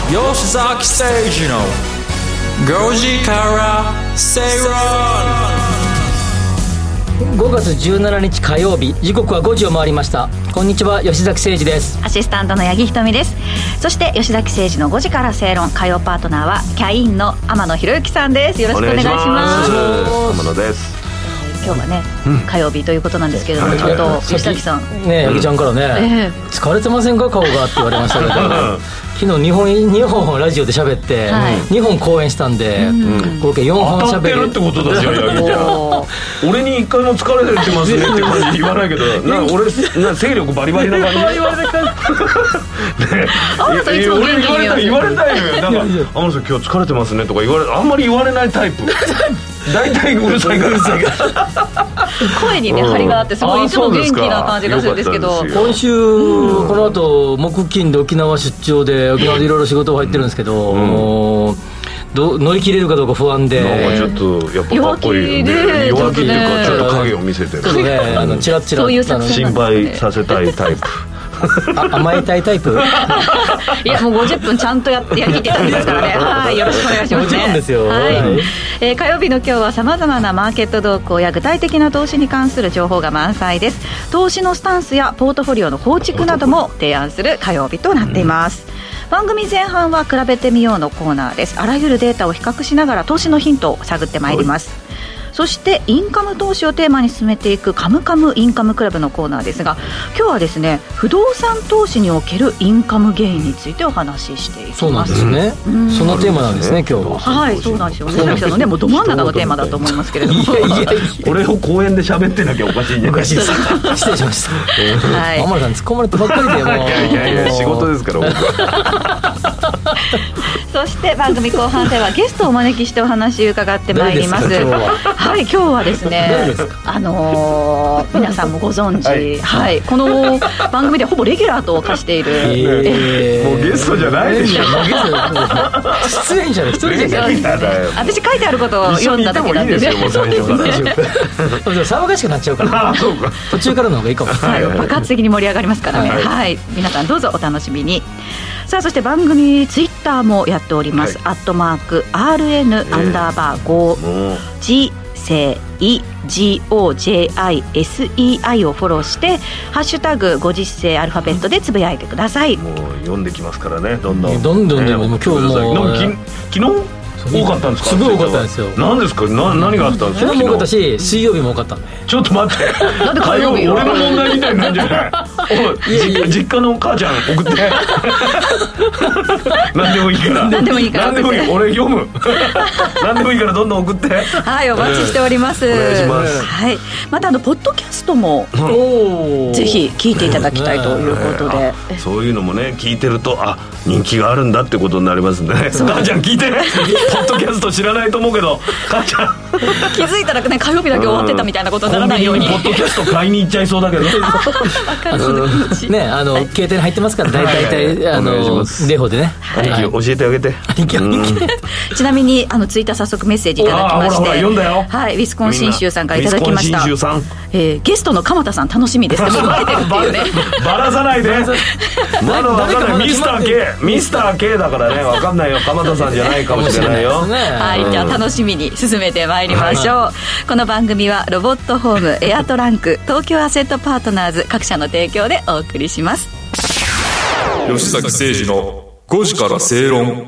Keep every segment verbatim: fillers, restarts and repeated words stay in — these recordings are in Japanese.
吉崎誠二のごじから正論。 ごがつじゅうしちにち火曜日、時刻はごじを回りました。こんにちは、吉崎誠二です。 アシスタントの八木ひとみです。そして吉崎誠二のごじから正論、火曜パートナーはキャインの天野博之さんです。よろしくお願いします。 天野です。 今日はね、うん、火曜日ということなんですけれども、はい、ちょっと吉崎さんね、八木ちゃんからね、えー、疲れてませんか顔がって言われましたけど昨日にほんにほんラジオで喋って、はい、にほん公演したんで、うん、合計よんほん喋る。 当たってるってことですよ、八木ちゃん。俺に一回も疲れてますねって感じ言わないけどな、俺な勢力バリバリな感じ言われたねえ、俺に言われたい言われたいのよ。なんか天野さん今日疲れてますねとか言われ、あんまり言われないタイプ大体うるさいからうるさいから声にね張りがあって、すごいいつも元気な感じがするんですけど、 今週、うん、この後木金で沖縄出張で沖縄でいろいろ仕事入ってるんですけど、うん、ど乗り切れるかどうか不安で、 なんかちょっとやっぱかっこいいよね。弱気っていうかちょっと影を見せてる、 ちょっとね、あのチラッチラッ心配させたいタイプあ甘えたいタイプいやもうごじゅっぷんちゃんとやってやりきってたんですからねはい、よろしくお願いしますね。 もちろんですよ、 はい、えー、火曜日の今日はさまざまなマーケット動向や具体的な投資に関する情報が満載です。投資のスタンスやポートフォリオの構築なども提案する火曜日となっています、うん、番組前半は比べてみようのコーナーです。あらゆるデータを比較しながら投資のヒントを探ってまいります、はい。そしてインカム投資をテーマに進めていくカムカムインカムクラブのコーナーですが、今日はですね、不動産投資におけるインカムゲインについてお話ししていきます。 そうなんですね、うん、そのテーマなんですね今日は。 はい、そうなんですよ。吉崎さんのね、もうど真ん中のテーマだと思いますけれどもいやいやいや俺を公園で喋ってなきゃおかしいんじゃないですか失礼しました、はい、天野さん突っ込まれてばっかりでもういやいやいや仕事ですから僕はそして番組後半ではゲストをお招きしてお話を伺ってまいります。はい、今日はですね、あのー、皆さんもご存知、はいはい、この番組でほぼレギュラーと化している、 えー、もうゲストじゃないでしょ出演者です。 私書いてあることを読んだだけなんですよ。もう最初から騒がしくなっちゃうからあそうか途中からの方がいいかも、 はい、爆発的に盛り上がりますからね、はいはい、皆さんどうぞお楽しみに。さあ、そして番組ツイッターもやっております、はい、アットマーク アールエヌ アンダーバーご G セイ ジーオージェーアイエスイーアイ をフォローしてハッシュタグご時世アルファベットでつぶやいてください。 もう読んできますからね、どんどんどんどん、ね、もう今日もう昨日多かったんですか。 すごい多かったんですよ。 何ですか、な何があったんですか。 昨日も多かったし、水曜日も多かったんで。 ちょっと待ってなんで火曜日俺の問題みたいになんじゃないおいいやいや実家の母ちゃん送って何でもいいから何でもいいから何でもいい、俺読む何でもいいからどんどん送ってはい、お待ちしております、 うん、お願いします、 はい、またあのポッドキャストも、うん、ぜひ聞いていただきたいということで、ね、 そういうのもね聞いてると、あ、人気があるんだってことになりますんでね。母ちゃん聞いてねポッドキャスト知らないと思うけど母ちゃん気づいたらね、火曜日だけ終わってたみたいなことにならないように、 ポッドキャスト買いに行っちゃいそうだけどあのね、あの、はい、携帯に入ってますから大体、はいはい、あのレホでね、 はいはい、教えてあげて、うん、 ちなみにあのツイッター早速メッセージいただきまして、 ほらほら読んだよ、 はい、ウィスコンシン州さんからいただきました。ウィスコンシン州さん、えー、ゲストの鎌田さん楽しみですって書いてるっていうねばらさないでまだ分かんない、ミスター K ミスター K だからね、分かんないよ、鎌田さんじゃないかもしれないよはい、じゃあ楽しみに進めてまいりましょう、はい、この番組はロボットホームエアトランク東京アセットパートナーズ各社の提供でお送りします。 吉崎誠二のごじから正論。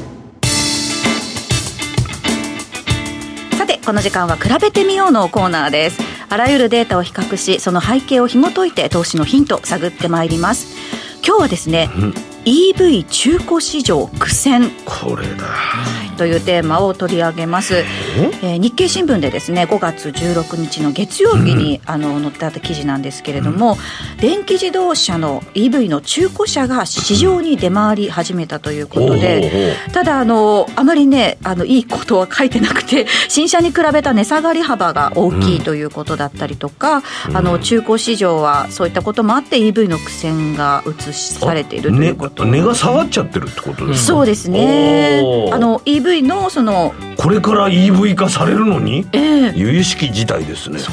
さて、この時間は比べてみようのコーナーです。あらゆるデータを比較し、その背景を紐解いて投資のヒントを探ってまいります。今日はですね、うん、イーブイ 中古市場苦戦、 これだ、 はい、というテーマを取り上げます。えー、日経新聞でですね、ごがつじゅうろくにちの月曜日に、うん、あの載ってあった記事なんですけれども、うん、電気自動車の イーブイ の中古車が市場に出回り始めたということで、うん、ただあのあまりね、あのいいことは書いてなくて、新車に比べた値下がり幅が大きいということだったりとか、うん、あの中古市場はそういったこともあって イーブイ の苦戦が映されているということ、 ね、値が下がっちゃってるってことですか。 そうですね、あの イーブイ のそのこれから イーブイ 化されるのに、えー、由々しき事態ですね。 そうなんです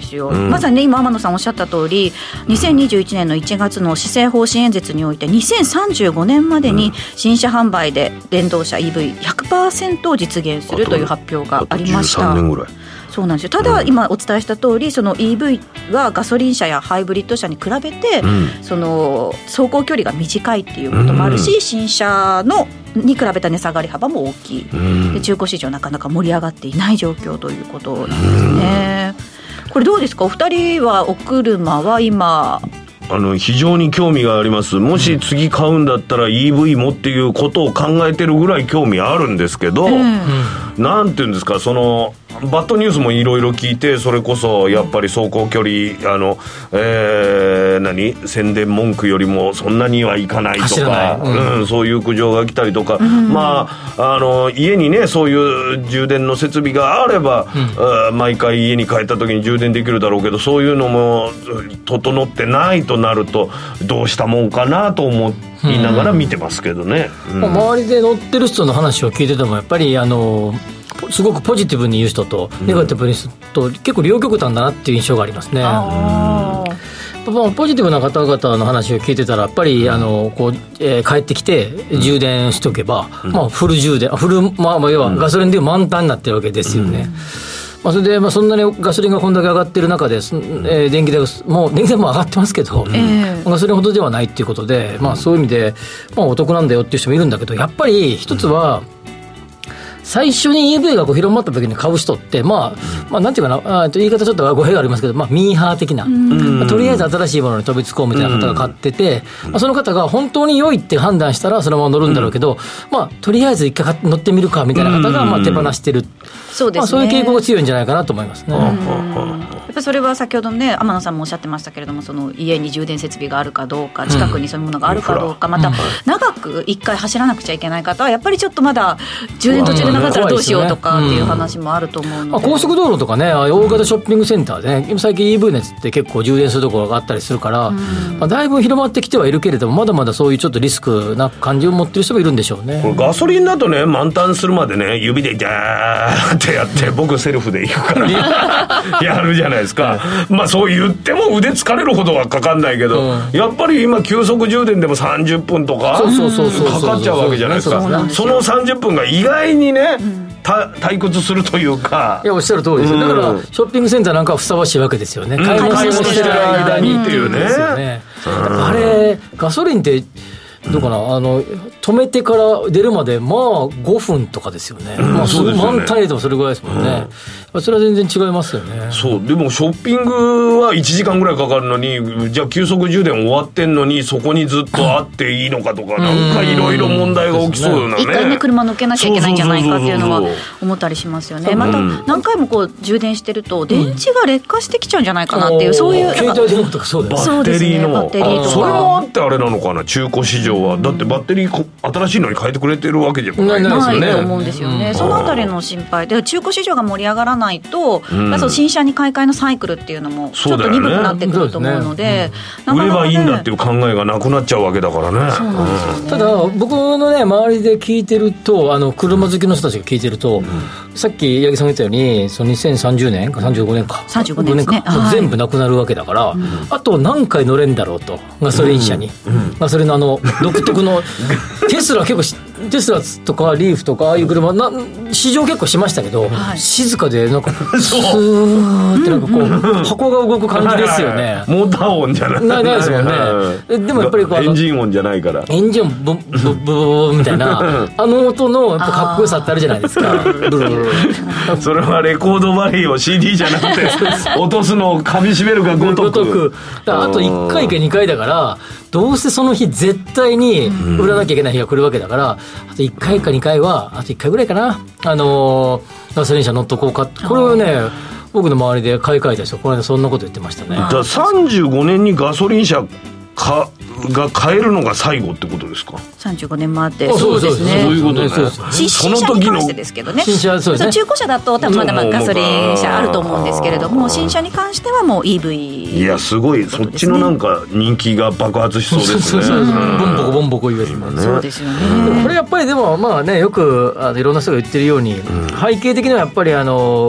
ですよ、うん、まさに、ね、今天野さんおっしゃった通りにせんにじゅういちねんのいちがつの施政方針演説においてにせんさんじゅうごねんまでに新車販売で電動車 イーブイひゃくパーセント を実現するという発表がありました。 あとじゅうさんねんぐらい。 そうなんですよ。ただ今お伝えした通りその イーブイ はガソリン車やハイブリッド車に比べて、うん、その走行距離が短いっていうこともあるし、うん、新車のに比べた値下がり幅も大きい、うん、で中古市場なかなか盛り上がっていない状況ということなんですね、うん、これどうですかお二人はお車は今あの非常に興味があります。もし次買うんだったら イーブイ もっていうことを考えてるぐらい興味あるんですけど、うん、なんていうんですかそのバッドニュースもいろいろ聞いてそれこそやっぱり走行距離あの、えー、何宣伝文句よりもそんなにはいかないとか、うんうん、そういう苦情が来たりとか、うん、まああの家にねそういう充電の設備があれば、うん、毎回家に帰った時に充電できるだろうけどそういうのも整ってないとなるとどうしたもんかなと思いながら見てますけどね、 うんうん、周りで乗ってる人の話を聞いててもやっぱりあのすごくポジティブに言う人とネガティブに言う人と、うん、結構両極端だなっていう印象がありますね。あポジティブな方々の話を聞いてたらやっぱりあのこう、えー、帰ってきて充電しとけば、うんまあ、フル充電フル、まあ、要はガソリンで満タンになってるわけですよね、うんまあ、それで、まあ、そんなにガソリンがこんだけ上がってる中で、えー、電気代がもう電気代も上がってますけど、うん、ガソリンほどではないっていうことで、まあ、そういう意味で、まあ、お得なんだよっていう人もいるんだけどやっぱり一つは、うん最初に イーブイ がこう広まった時に買う人って、まあ、まあ、なんていうかな、あ言い方ちょっと語弊がありますけど、まあ、ミーハー的な、まあ、とりあえず新しいものに飛びつこうみたいな方が買ってて、まあ、その方が本当に良いって判断したらそのまま乗るんだろうけど、まあ、とりあえず一回乗ってみるかみたいな方がまあ手放してる。そうですね。まあ、そういう傾向が強いんじゃないかなと思いますね。 やっぱそれは先ほどね天野さんもおっしゃってましたけれどもその家に充電設備があるかどうか近くにそういうものがあるかどうか、うん、また長くいっかい走らなくちゃいけない方はやっぱりちょっとまだ充電途中でなかったらどうしようとかっていう話もあると思うので、 まあ、高速道路とかね大型ショッピングセンターでね今最近 イーブイ 熱って結構充電するところがあったりするから、うんまあ、だいぶ広まってきてはいるけれどもまだまだそういうちょっとリスクな感じを持ってる人もいるんでしょうね。 これガソリンだとね満タンするまでね指でジャーってやって僕セルフで行くからやるじゃないですか。まあそう言っても腕疲れるほどはかかんないけど、うん、やっぱり今急速充電でもさんじゅっぷんとかかかっちゃうわけじゃないですか。そのさんじゅっぷんが意外にね、うん、退屈するというかいやおっしゃる通りですよ、うん、だからショッピングセンターなんかはふさわしいわけですよね、うん、買い物してる間にっていうね、うん、あれガソリンってどうかなあの止めてから出るまでまあごふんとかですよね、うんまあ、そうですよね満タンでもそれぐらいですもんね、うん、それは全然違いますよね。 そうでもショッピングはいちじかんぐらいかかるのにじゃあ急速充電終わってんのにそこにずっとあっていいのかとかなんかいろいろ問題が起きそうなね。 一回ね車乗っけなきゃいけないんじゃないかっていうのは思ったりしますよね。また何回もこう充電してると電池が劣化してきちゃうんじゃないかなっていう、うん、そういう携帯電話とかそうだよバッテリーの、 バッテリーとかそれもあってあれなのかな中古市場は、うん、だってバッテリー新しいのに変えてくれてるわけじゃないですよね。 ないと思うんですよね、うん、そのあたりの心配で中古市場が盛り上がらないと、うん、そう新車に買い替えのサイクルっていうのもちょっと鈍くなってくると思うので、 うん、売ればいいんだっていう考えがなくなっちゃうわけだからね。そうなんですよね、 うん、ただ僕のね周りで聞いてるとあの車好きの人たちが聞いてると、うん、さっき八木さんが言ったようにそのにせんさんじゅうねんかさんじゅうごねんかさんじゅうごねんですね、 もう全部なくなるわけだから、はい、あと何回乗れんだろうとガソリン車に、うんうん、ガソリンのあの独特のテスラ結構テスラとかリーフとかああいう車な試乗結構しましたけど、はい、静かでなんかスーってなんかこう、うんうん、箱が動く感じですよね、はいはい、 モーター音じゃないないないですもんね、はい、でもやっぱりこうエンジン音じゃないからエンジン音ブブブブブみたいなあの音のやっぱかっこよさってあるじゃないですかブルブルそれはレコードバリーを シーディー じゃなくて落とすのをかみしめるがごとくあといっかいかにかいだからどうせその日絶対に売らなきゃいけない日が来るわけだから、うん、あといっかいかにかいはあといっかいぐらいかなあのー、ガソリン車乗っとこうかこれをね僕の周りで買い替えた人この間そんなこと言ってましたね。 じゃあさんじゅうごねんにガソリン車かが買えるのが最後ってことですか。 さんじゅうごねんまでそうですね。 そういうことね。 新車に関してですけどね。新車そうですね。中古車だと多分まだまだガソリン車あると思うんですけれども、新車に関してはもう イーブイ。 いやすごいそっちのなんか人気が爆発しそうですね。そうそうそうボンボコボンボコ言われるもんね。 そうですよね。 これやっぱりでもまあねよくあのいろんな人が言ってるように、うん、背景的にはやっぱりあの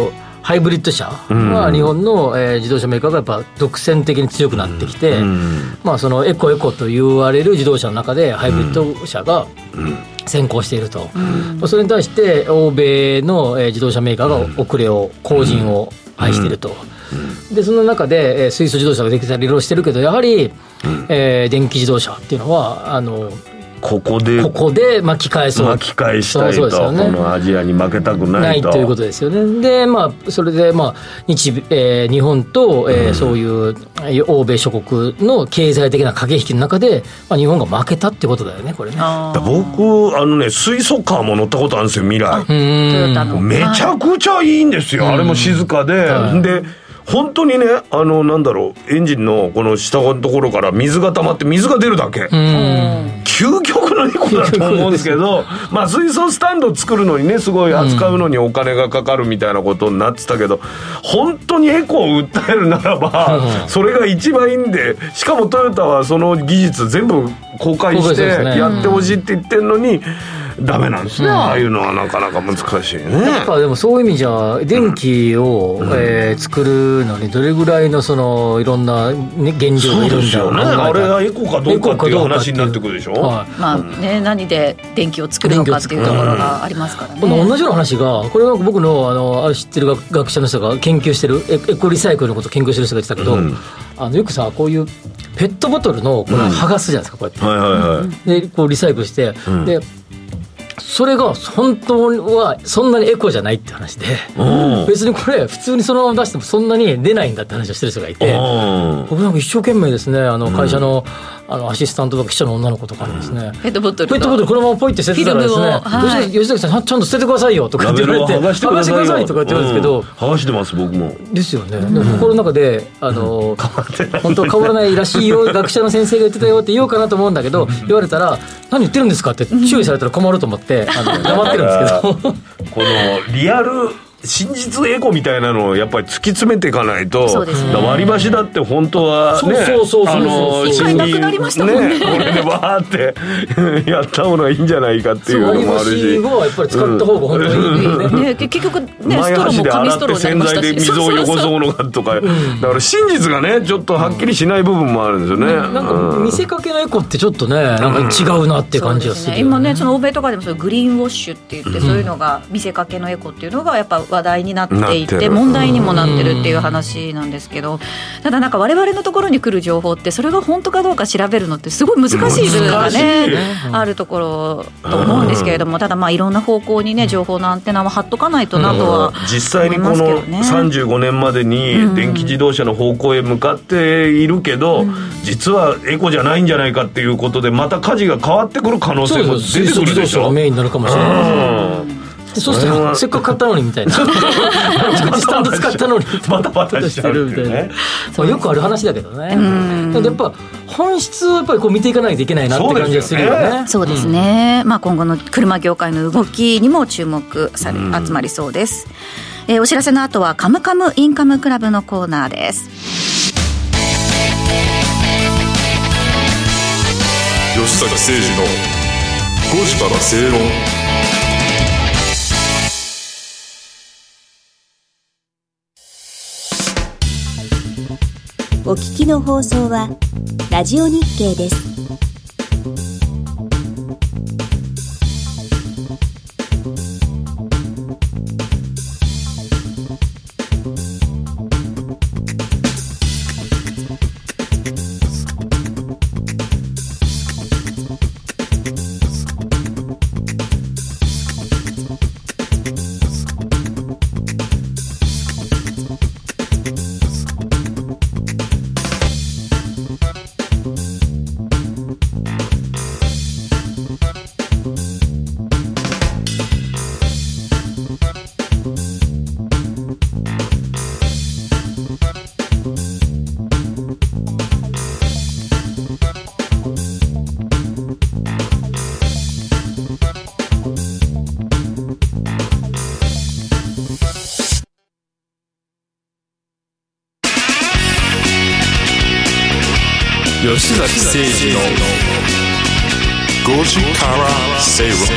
ハイブリッド車は日本の、えー、自動車メーカーがやっぱ独占的に強くなってきて、うんまあ、そのエコエコと言われる自動車の中でハイブリッド車が先行していると、うん、それに対して欧米の、えー、自動車メーカーが遅れを後塵を愛していると、うん、でその中で、えー、水素自動車ができたりいろいろしてるけどやはり、うんえー、電気自動車っていうのはあのここでここで巻き返そう巻き返したいと、そうそうですよね、このアジアに負けたくないとないということですよね。で、まあ、それで、まあ 日, えー、日本と、えーうん、そういう欧米諸国の経済的な駆け引きの中で、まあ、日本が負けたってことだよねこれね。 僕あのね水素カーも乗ったことあるんですよ未来。うんめちゃくちゃいいんですよ、はい、あれも静かで、はい、で本当にねあのなんだろうエンジンのこの下のところから水が溜まって水が出るだけ、うん究極のエコだと思うんですけどまあ水素スタンド作るのにねすごい扱うのにお金がかかるみたいなことになってたけど、本当にエコを訴えるならばそれが一番いいんで、しかもトヨタはその技術全部公開してやってほしいって言ってるのにダメなんですね、うん、ああいうのはなかなか難しいね。 やっぱでもそういう意味じゃ電気を、うんえー、作るのにどれぐらいのそのいろんな、ね、原料がいるんだろうね。 あれがエコかどうかっていう話になってくるでしょ。はい、 まあね、何で電気を作るのかっていうところがありますからね。 この同じような話がこれは僕 の, あのある知ってる 学, 学者の人が研究してるエコリサイクルのことを研究してる人が言ってたけど、うん、あのよくさこういうペットボトルのこの剥がすじゃないですか、こうやって、はいはいはい、でこうリサイクルして、うん、でそれが本当はそんなにエコじゃないって話で、別にこれ普通にそのまま出してもそんなに出ないんだって話をしてる人がいて、僕なんか一生懸命ですねあの会社の、うん、あのアシスタントとか記者の女の子とかにですね、 ペットボトルペットボトルこのままポイって捨ててたらですね、はい、吉崎さんちゃんと捨ててくださいよとかって言われて、剥がしてくださいとかって言われるんですけど、うん、 剥がしてます僕もですよね。でも心の中であの、うん、本当変わらないらしいよ学者の先生が言ってたよって言おうかなと思うんだけど、言われたら何言ってるんですかって注意されたら困ると思ってあの黙ってるんですけどこのリアル真実エコみたいなのをやっぱり突き詰めていかないと、そうですね、割り箸だって本当はね、 そうそうそうそう、 あの一回なくなりましたもんね、 これでわーってやった方がいいんじゃないかっていうのもあるし、 割り箸をやっぱり使った方が本当にいいよね、うんね、結局ねストローも紙ストローになりましたし、 前箸で洗剤で水を汚そうのかとか、だから真実がねちょっとはっきりしない部分もあるんですよね、 うん、なんか見せかけのエコってちょっとねなんか違うなっていう感じがする、ね、 うん、今ねその欧米とかでもそういうグリーンウォッシュって言って、うん、そういうのが見せかけのエコっていうのがやっぱ話題になっていて問題にもなってるっていう話なんですけど、ただなんか我々のところに来る情報ってそれが本当かどうか調べるのってすごい難しい部分がねあるところと思うんですけれども、ただまあいろんな方向にね情報のアンテナも張っとかないとなとは思いますけどね。 実際にこのさんじゅうごねんまでに電気自動車の方向へ向かっているけど、うん、実はエコじゃないんじゃないかっていうことでまた舵が変わってくる可能性も出てくるでしょ。水素自動車がメインになるかもしれないですね。そうするとせっかく買ったのにみたいなスタンド使ったのにバタバタしちゃうみたいな、ね、 よくある話だけどね。でやっぱ本質をやっぱりこう見ていかないといけないなって感じがするよね。 そうですね、うん、まあ、今後の車業界の動きにも注目され、うん、集まりそうです、えー、お知らせの後はカムカムインカムクラブのコーナーです。 吉坂誠二のごじから正論。 お聞きの放送はラジオ日経です。 吉崎誠二のごじから正論。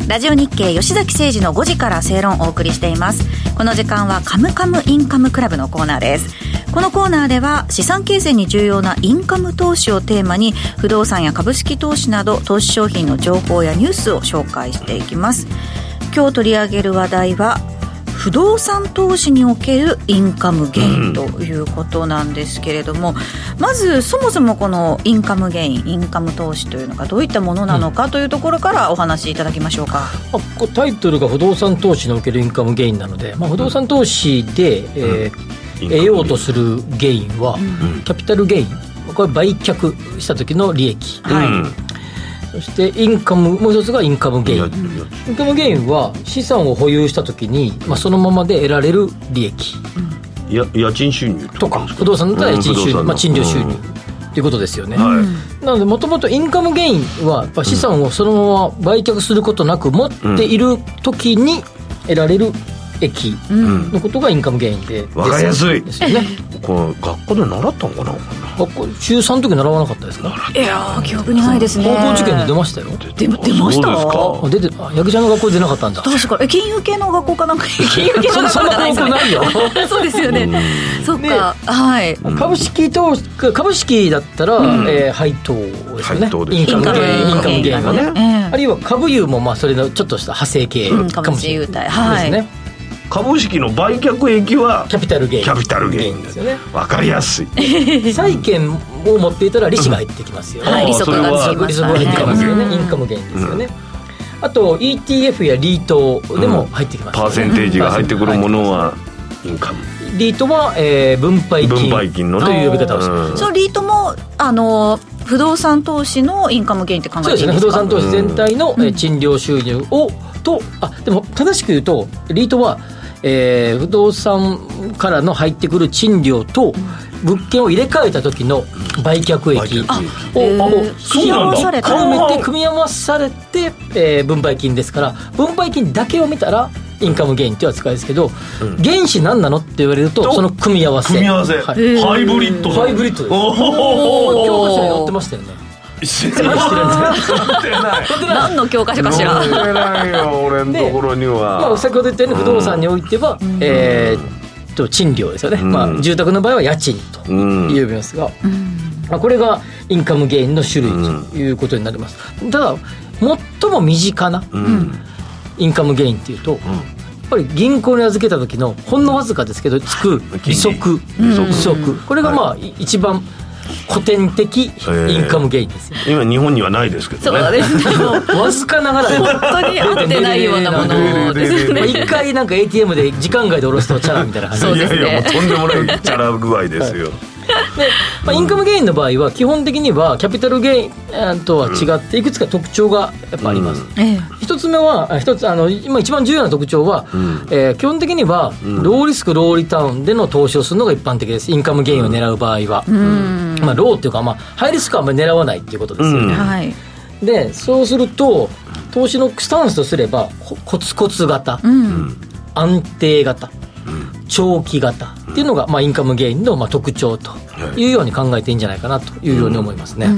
ラジオ日経吉崎誠二のごじから正論をお送りしています。この時間はカムカムインカムクラブのコーナーです。このコーナーでは資産形成に重要なインカム投資をテーマに不動産や株式投資など投資商品の情報やニュースを紹介していきます。今日取り上げる話題は不動産投資におけるインカムゲインということなんですけれども、うん、まずそもそもこのインカムゲインインカム投資というのがどういったものなのかというところからお話しいただきましょうか。 うん、タイトルが不動産投資におけるインカムゲインなので、まあ、不動産投資で、うんえー、得ようとするゲインは、うん、キャピタルゲイン、これ売却した時の利益、はいうんそしてインカムもう一つがインカムゲイン。インカムゲインは資産を保有したときに、まあ、そのままで得られる利益、 うん、や家賃収入とか不動産だったら家賃収入、うんまあ、賃料収入、うん、ということですよね、はい、なのでもともとインカムゲインはやっぱ資産をそのまま売却することなく持っているときに得られる益のことがインカムゲインで、うん、 分かりやすいですよね。 これ学校で習ったのかな。 学校中さんの時習わなかったですか。 いや記憶にないですね。 高校受験で出ましたよ。 出, 出ましたあ出てあ八木ちゃんの学校で出なかったんだ。 確かえ金融系の学校かなんか金融系の学校じゃないですよね。 そんな高校ないよそうですよね。そっか、はい、 株式投資株式だったら、うんえー、配当ですよね。インカムゲインインカムゲインがね、ね、あるいは株優もまあそれのちょっとした派生系かもしれないですね、はい、 株式の売却益はキャピタルゲインキャピタルゲインですよね。分かりやすい債券を持っていたら利子が入ってきますよね、 うんはい、利息がつきます、 利息が入ってきますよね、うん、インカムゲインですよね、うん、あと イーティーエフ やリートでも入ってきます、ねうん、 パーセンテージが入ってくるものはインカム。 リートは、えー、分配金、 分配金の、 ね、という呼び方をします、 うん、そのリートもあの不動産投資のインカムゲインって考えていいんですか。 そうですね、不動産投資全体の、うん、賃料収入をとあでも正しく言うとリートはえー、不動産からの入ってくる賃料と物件を入れ替えた時の売却益を組み合わされて組み合わされて、えー、分配金ですから、分配金だけを見たらインカムゲインという扱いですけど、うん、原資何なのって言われるとその組み合わせ組み合わせ、はい、ハイブリッドハイブリッドです。お教科書に載ってましたよね。 知ってない何の教科書かしら。 載ってないよ俺のところには、 まあ、先ほど言ったように不動産においては、うんえー、と賃料ですよね、うんまあ、住宅の場合は家賃と呼びますが、うんまあ、これがインカムゲインの種類ということになります、うん、ただ最も身近なインカムゲインっていうと、うん、やっぱり銀行に預けた時のほんのわずかですけどつく利息、利息これがまあ、はい、一番古典的インカムゲインですよ、 えー、今日本にはないですけどね。 そうですねわずかながら本当に合ってないようなものですね。 一回なんか エーティーエム で時間外で下ろすとチャラみたいな感じ。 そうですね。 いやいやもうとんでもないチャラ具合ですよ、はいでまあ、インカムゲインの場合は基本的にはキャピタルゲインとは違っていくつか特徴がやっぱあります、うん、一つ目は一つあの今一番重要な特徴は、うんえー、基本的にはローリスクローリターンでの投資をするのが一般的です。インカムゲインを狙う場合は、うんまあ、ローっていうか、まあ、ハイリスクはあんまり狙わないっていうことですよね、うんはい、でそうすると投資のスタンスとすればコツコツ型、うん、安定型長期型っていうのが、まあ、インカムゲインの、まあ、特徴というように考えていいんじゃないかなというように思いますね、うん、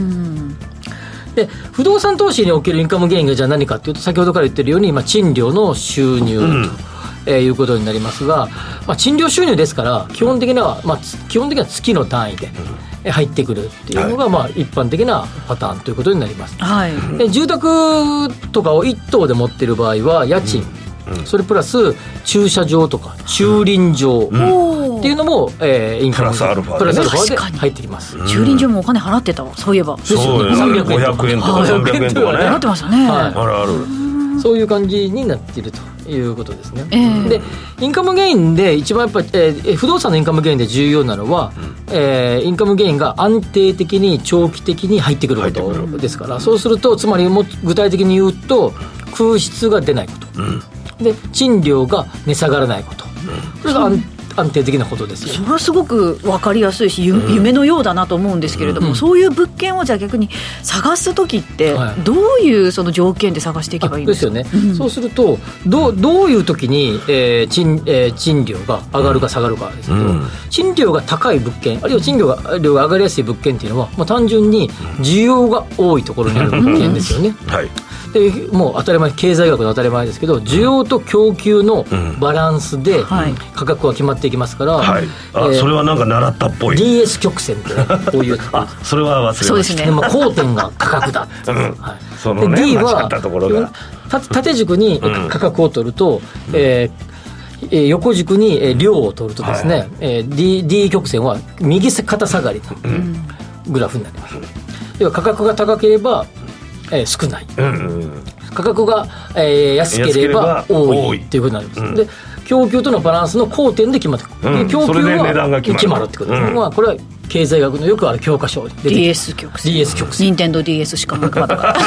で不動産投資におけるインカムゲインがじゃあ何かというと先ほどから言ってるように、まあ、賃料の収入と、うんえー、いうことになりますが、まあ、賃料収入ですから基本的には、まあ、基本的には月の単位で入ってくるっていうのが、まあ、一般的なパターンということになります、はい、で住宅とかを一棟で持っている場合は家賃、うんそれプラス駐車場とか駐輪場っていうのも、えー、インカムプラスアルファで、ね、プラスアルファで入ってきます、 うん、駐輪場もお金払ってたわそういえばそうですねごひゃくえんとかさんびゃくえんとかね払ってましたね、はい、 あるあるそういう感じになっているということですね、えー、でインカムゲインで一番やっぱり、えー、不動産のインカムゲインで重要なのは、うんえー、インカムゲインが安定的に長期的に入ってくることですからそうするとつまりも具体的に言うと空室が出ないこと、うんで賃料が値下がらないこと、うん、これが 安, 安定的なことですよ。 それはすごく分かりやすいし、うん、夢のようだなと思うんですけれども、うん、そういう物件をじゃあ逆に探すときってどういうその条件で探していけばいいんですか。 ですよね、うん、そうすると ど, どういうときに、えー 賃, えー、賃料が上がるか下がるかですけど、うん、賃料が高い物件あるいは賃料 が, 料が上がりやすい物件っていうのは、まあ、単純に需要が多いところにある物件ですよね、 うんはいでもう当たり前、経済学の当たり前ですけど、需要と供給のバランスで価格は決まっていきますから、 うんはい、あ、えー、それはなんか習ったっぽいディーエス 曲線ってね、こういうあ、それは忘れました。 そうですね、 まあ、交点が価格だって、うん、はい、 そのね、 D はったところが縦軸に価格を取ると、うん、えー、横軸に量を取るとですね、はい、えー、D, D 曲線は右肩下がりのグラフになります、うん、では価格が高ければ、えー、少ない、うんうん、価格が、えー、安ければ多いということになります、うん、で供給とのバランスの交点で決まってくる、うん、供給は決まるってことですね、うん、まあ、これは経済学のよくある教科書でディーエス 曲線ディーエス 曲線任天堂 ディーエス しかもまだから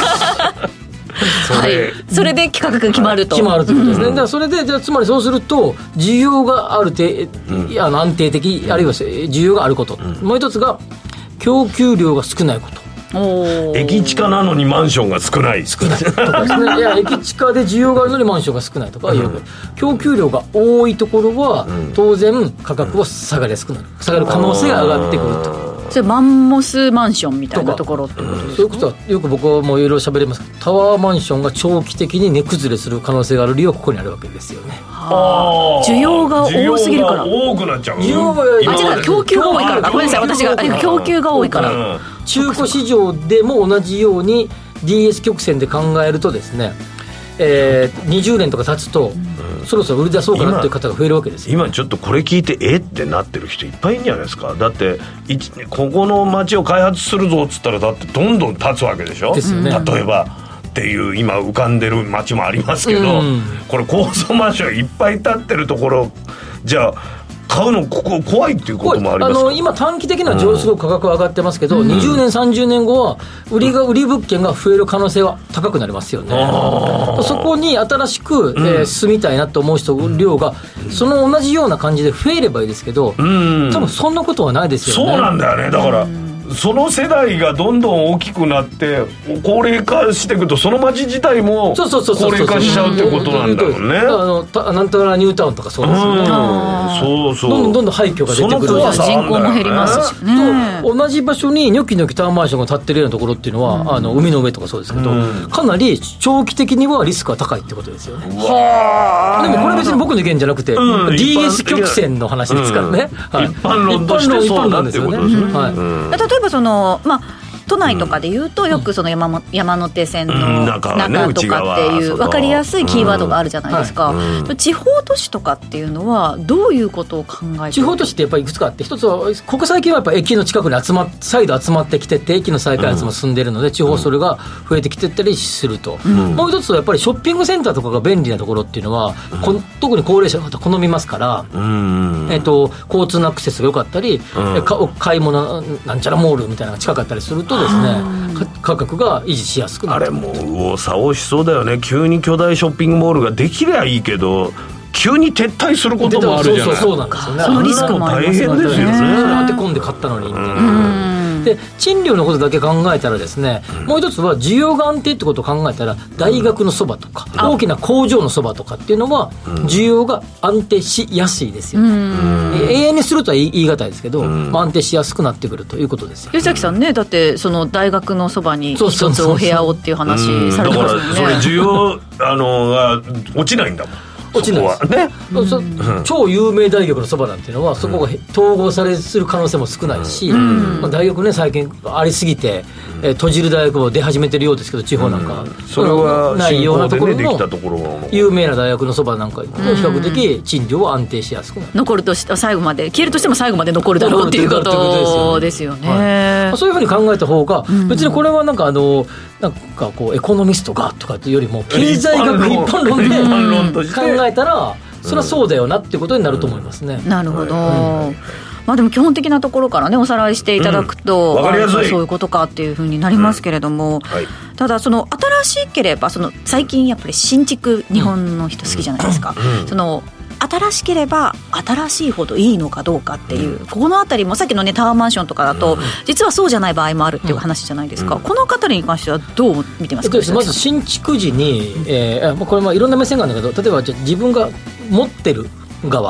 はい、それで価格が決まると、 決まるということですね、うん、だからそれでじゃあつまりそうすると需要があるて、うん、あの安定的、あるいは需要があること、うん、もう一つが供給量が少ないこと。 駅地下なのにマンションが少ない少ないとかですねいや駅地下で需要があるのにマンションが少ないとか、うん、供給量が多いところは、うん、当然価格は下がりやすくなる、下がる可能性が上がってくると。 それマンモスマンションみたいなところってことですか。 そういうことはよく僕はもういろいろ喋りますけど、タワーマンションが長期的に値崩れする可能性がある理由はここにあるわけですよね。 はあ、需要が多すぎるから、 需要が多くなっちゃう。 需要があ、違う、供給が多いから。ごめんなさい、私が供給が多いから、うん、 中古市場でも同じように ディーエス 曲線で考えるとですね、えー、にじゅうねんとか経つと、うん、そろそろ売り出そうかなっていう方が増えるわけですよ。 今ちょっとこれ聞いてえってなってる人いっぱいいるんじゃないですか。だってここの街を開発するぞっつったらだってどんどん建つわけでしょ。 ですよね。 例えばっていう今浮かんでる街もありますけど、うん、これ高層マンションいっぱい建ってるところじゃあ買うのここ怖いっていうこともありますか。 あの今短期的な上昇価格は上がってますけど、うん、にじゅうねんさんじゅうねんごは売りが売り物件が増える可能性は高くなりますよね。そこに新しく、えー、住みたいなと思う人量がその同じような感じで増えればいいですけど、うん、多分そんなことはないですよね。 そうなんだよね。だから、うんその世代がどんどん大きくなって高齢化していくとその街自体も高齢化しちゃうってことなんだろうね。 あのたなんとかニュータウンとかそうですよね。 そうそうどんどんどんどん廃墟が出てくる。 人口も減りますしね。 同じ場所にニョキニョキタワーマンションが建ってるようなところっていうのは、うん、あの海の上とかそうですけど、うん、かなり長期的にはリスクが高いってことですよね。はでもこれ別に僕の意見じゃなくて、うん、ディーエス 曲線の話ですからね、 うんはい、一般論としてそうだっていうことですね。 はい、例えばそのまあ都内とかでいうとよくその 山, 山手線の中とかっていう分かりやすいキーワードがあるじゃないですか、うんはい、地方都市とかっていうのはどういうことを考えてる。 地方都市ってやっぱりいくつかあって、一つはここ最近はやっぱ駅の近くに集ま再度集まってきてて駅の再開発も進んでいるので、うん、地方それが増えてきてたりすると、うん、もう一つはやっぱりショッピングセンターとかが便利なところっていうのは、うん、特に高齢者の方好みますから、うんえー、と交通のアクセスが良かったり、うん、買い物なんちゃらモールみたいなのが近かったりするとですね、価格が維持しやすくなる。 あれもう右往左往しそうだよね。急に巨大ショッピングモールができりゃいいけど急に撤退することもあるじゃない。 そうそうそうなんですよね。 そのリスクもありますよね。 大変ですよね。それ当て込んで買ったのにみたいな。で賃料のことだけ考えたらですね、うん、もう一つは需要が安定ってことを考えたら大学のそばとか、うん、大きな工場のそばとかっていうのは需要が安定しやすいですよね、うん、永遠にするとは言い難いですけど、うんまあ、安定しやすくなってくるということですよ。 吉崎さんね、だってその大学のそばに一つお部屋をっていう話されてますよね。 だからそれ需要あのが落ちないんだもん。 落ちないですね、うん、超有名大学のそばなんていうのはそこが統合されする可能性も少ないし、うんまあ、大学ね最近ありすぎて、うんえー、閉じる大学も出始めてるようですけど地方なんか、うん、 それはないようなところのの有名な大学のそばなんか比較的賃料は安定しやすくなる、 うん、残るとし最後まで消えるとしても最後まで残るだろうっていうことですよね、 はい、そういうふうに考えた方が、うん、別にこれはなんかあのなんかこうエコノミストがとかっていうよりも経済学一般論で考えたらそれはそうだよなっていうことになると思いますね、 うん、なるほど、はいうんまあ、でも基本的なところからねおさらいしていただくと、 うん、分かりやすいそういうことかっていうふうになりますけれども、うんはい、ただその新しければその最近やっぱり新築日本の人好きじゃないですか、うんうん、その新しければ新しいほどいいのかどうかっていう、うん、ここのあたりもさっきのねタワーマンションとかだと、うん、実はそうじゃない場合もあるっていう話じゃないですか、うん、このあたりに関してはどう見てますか。 えっと、まず新築時に、えー、これもいろんな目線があるんだけど、例えばじゃ自分が持ってる側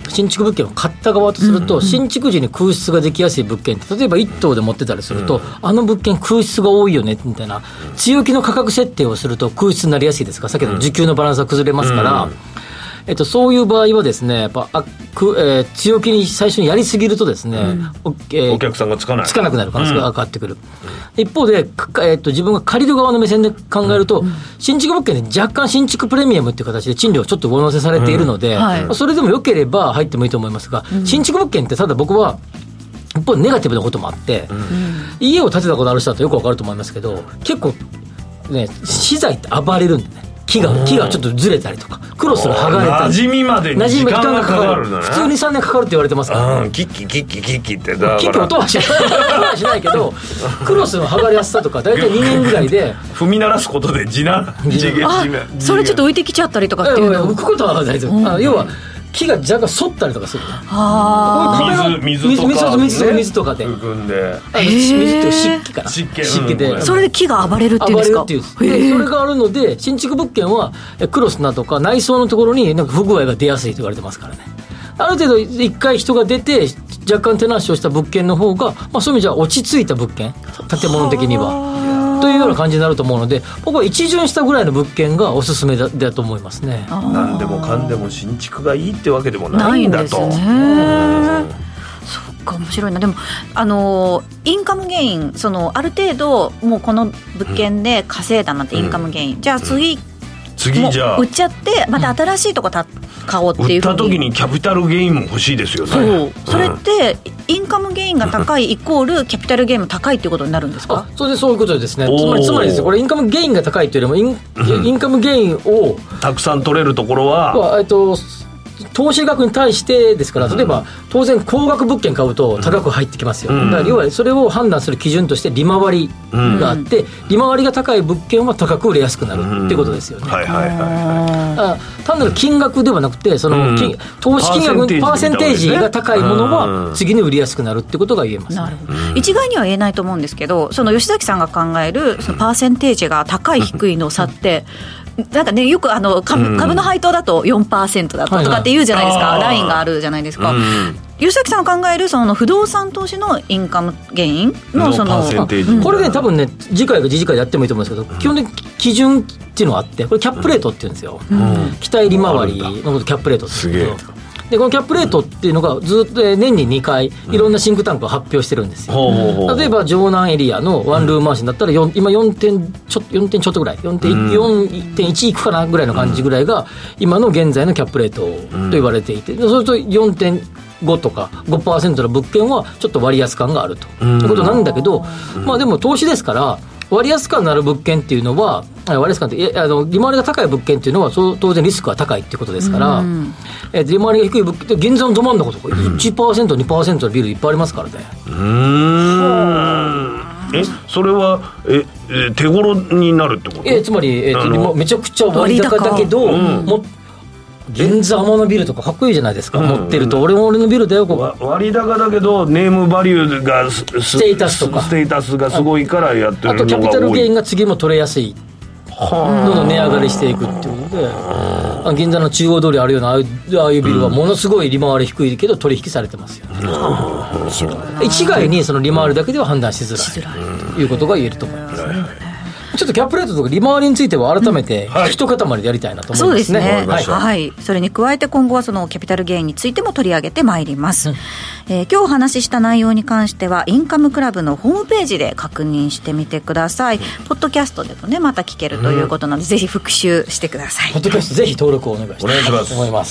新築物件を買った側とすると、うんうん、新築時に空室ができやすい物件って例えばいっ棟で持ってたりすると、うん、あの物件空室が多いよねみたいな強気の価格設定をすると空室になりやすいですから、さっきの需給のバランスが崩れますから、うんえっと、そういう場合はですねやっぱあく、えー、強気に最初にやりすぎるとですね、うんおえー、お客さんがつかないつかなくなる可能性が上がってくる、うん、一方で、えー、っと自分が借りる側の目線で考えると、うん、新築物件で若干新築プレミアムっていう形で賃料がちょっと上乗せされているので、うんはいまあ、それでも良ければ入ってもいいと思いますが、うん、新築物件ってただ僕は一方ネガティブなこともあって、うん、家を建てたことある人だとよく分かると思いますけど結構ね資材って暴れるんでね木が木がちょっとずれたりとかクロスが剥がれたり馴染みまでに時間がかかるんだね。 普通にさんねんかかるって言われてますから、 ね、うんキッキキッキキッキってだからキッキ音はしない音はしないけどクロスの剥がれやすさとか大体にねんぐらいで踏み鳴らすことで地な地毛あそれちょっと浮いてきちゃったりとかっていうの浮くことは大丈夫、あ要は木が若干反ったりとかする、ね、 あ水水とか、 ね、水, 水とかで含んであの水っていう湿気から湿気、 湿気で、 うん、それで木が暴れるっていうんですか。 暴れるっていうでそれがあるので新築物件はクロスなとか内装のところになんか不具合が出やすいと言われてますからね。ある程度一回人が出て若干手直しをした物件の方が、まあ、そういう意味じゃ落ち着いた物件建物的にはというような感じになると思うので僕は一巡したぐらいの物件がおすすめ だ, だと思いますね。 何でもかんでも新築がいいってわけでもないんだと。 ないんですね。そっか面白いな。でもあのインカムゲインそのある程度もうこの物件で稼いだなってインカムゲイン、うん、じゃあ次、うん次じゃあ売っちゃってまた新しいとこた買おうっていうふうに売った時にキャピタルゲインも欲しいですよね。 そう、うん、それってインカムゲインが高いイコールキャピタルゲインも高いっていうことになるんですか。 あそうです、そういうことですね。つまりつまりですねこれインカムゲインが高いというよりもイン、うん、インカムゲインをたくさん取れるところは、 えっと投資額に対してですから例えば、うん、当然高額物件買うと高く入ってきますよ、うん、だから要はそれを判断する基準として利回りがあって、うん、利回りが高い物件は高く売れやすくなるってことですよね、うんはいはいはいはい、単なる金額ではなくてその、うん、投資金額パーセンテージが高いものは次に売りやすくなるってことが言えます、ね、なるほど。 一概には言えないと思うんですけどその吉崎さんが考えるそのパーセンテージが高い低いの差ってなんかねよくあの 株, 株の配当だと よんパーセント だととかって言うじゃないですか、はいはい、ラインがあるじゃないですか、うん、吉崎さんが考えるその不動産投資のインカムゲイン の, そのこれね多分ね次回か次次回やってもいいと思うんですけど、うん、基本的に基準っていうのがあってこれキャップレートっていうんですよ、うん、期待利回りのことキャップレートって言うんですけどでこのキャップレートっていうのがずっと年ににかいいろんなシンクタンクを発表してるんですよ、うん、例えば城南エリアのワンルームマンションだったらよん今よんてんちょよんてんちょっとぐらい よんてんいち いくかなぐらいの感じぐらいが今の現在のキャップレートと言われていてそうすると よんてんご とか ごパーセント の物件はちょっと割安感があるということなんだけどまあでも投資ですから割安感のある物件っていうのは割安感ってあの利回りが高い物件っていうのは当然リスクが高いっていうことですから、うんえー、利回りが低い物件って現在のど真ん中とか いちパーセント、にパーセント のビルいっぱいありますからね。 うーんえそれはえ手頃になるってこと？ えつまり、えー、めちゃくちゃ割高だけど、うん、も銀座天のビルとかかっこいいじゃないですか、うん、持ってると俺も俺のビルだよここ割高だけどネームバリューがステータスとかステータスがすごいからやってるのが多い。 あとキャピタルゲインが次も取れやすいどんどん値上がりしていくっていうことであ銀座の中央通りあるようなああいうビルはものすごい利回り低いけど取引されてますよね、うん、一概にその利回りだけでは判断しづらいということが言えると思いますね、うんちょっとキャップレートとか利回りについては改めて一塊でやりたいなと思いますね、うんはい、そうですね、はいはい、 それに加えて今後はそのキャピタルゲインについても取り上げてまいります、うんえー、今日お話しした内容に関してはインカムクラブのホームページで確認してみてください、うん、ポッドキャストでもねまた聞けるということなので、うん、ぜひ復習してください。 ポッドキャストぜひ登録をお願いしたいと思います。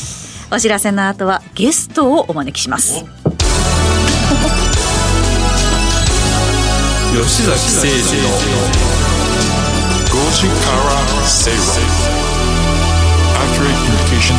お知らせの後はゲストをお招きします。 吉崎誠二のごじから正論 Accurate Communication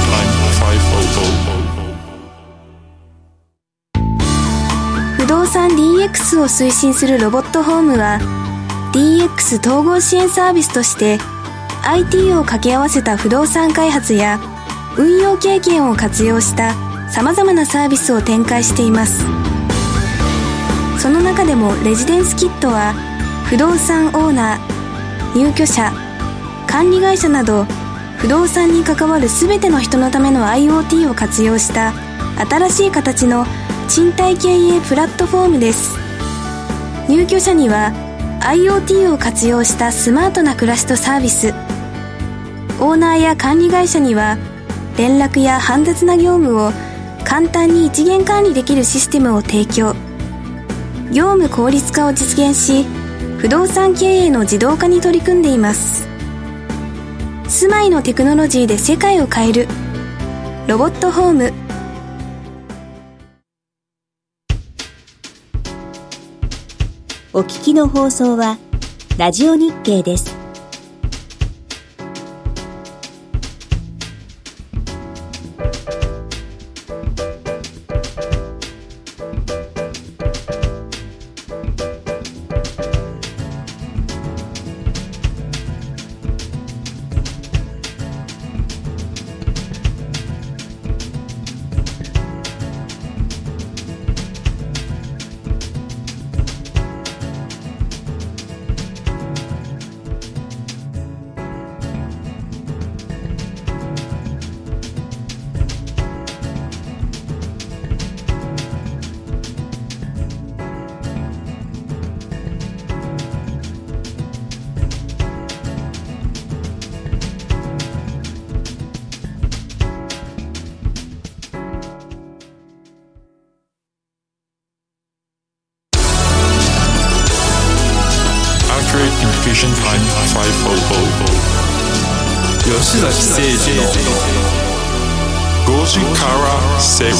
Time ごひゃく不動産 ディーエックス を推進するロボットホームは ディーエックス 統合支援サービスとして アイティー を掛け合わせた不動産開発や運用経験を活用したさまざまなサービスを展開しています。その中でもレジデンスキットは不動産オーナー入居者、管理会社など不動産に関わる全ての人のための アイオーティー を活用した新しい形の賃貸経営プラットフォームです。入居者には IoT を活用したスマートな暮らしとサービス、オーナーや管理会社には連絡や煩雑な業務を簡単に一元管理できるシステムを提供。業務効率化を実現し、不動産経営の自動化に取り組んでいます。住まいのテクノロジーで世界を変えるロボットホーム。 お聞きの放送はラジオ日経です。 吉崎誠二のごじから正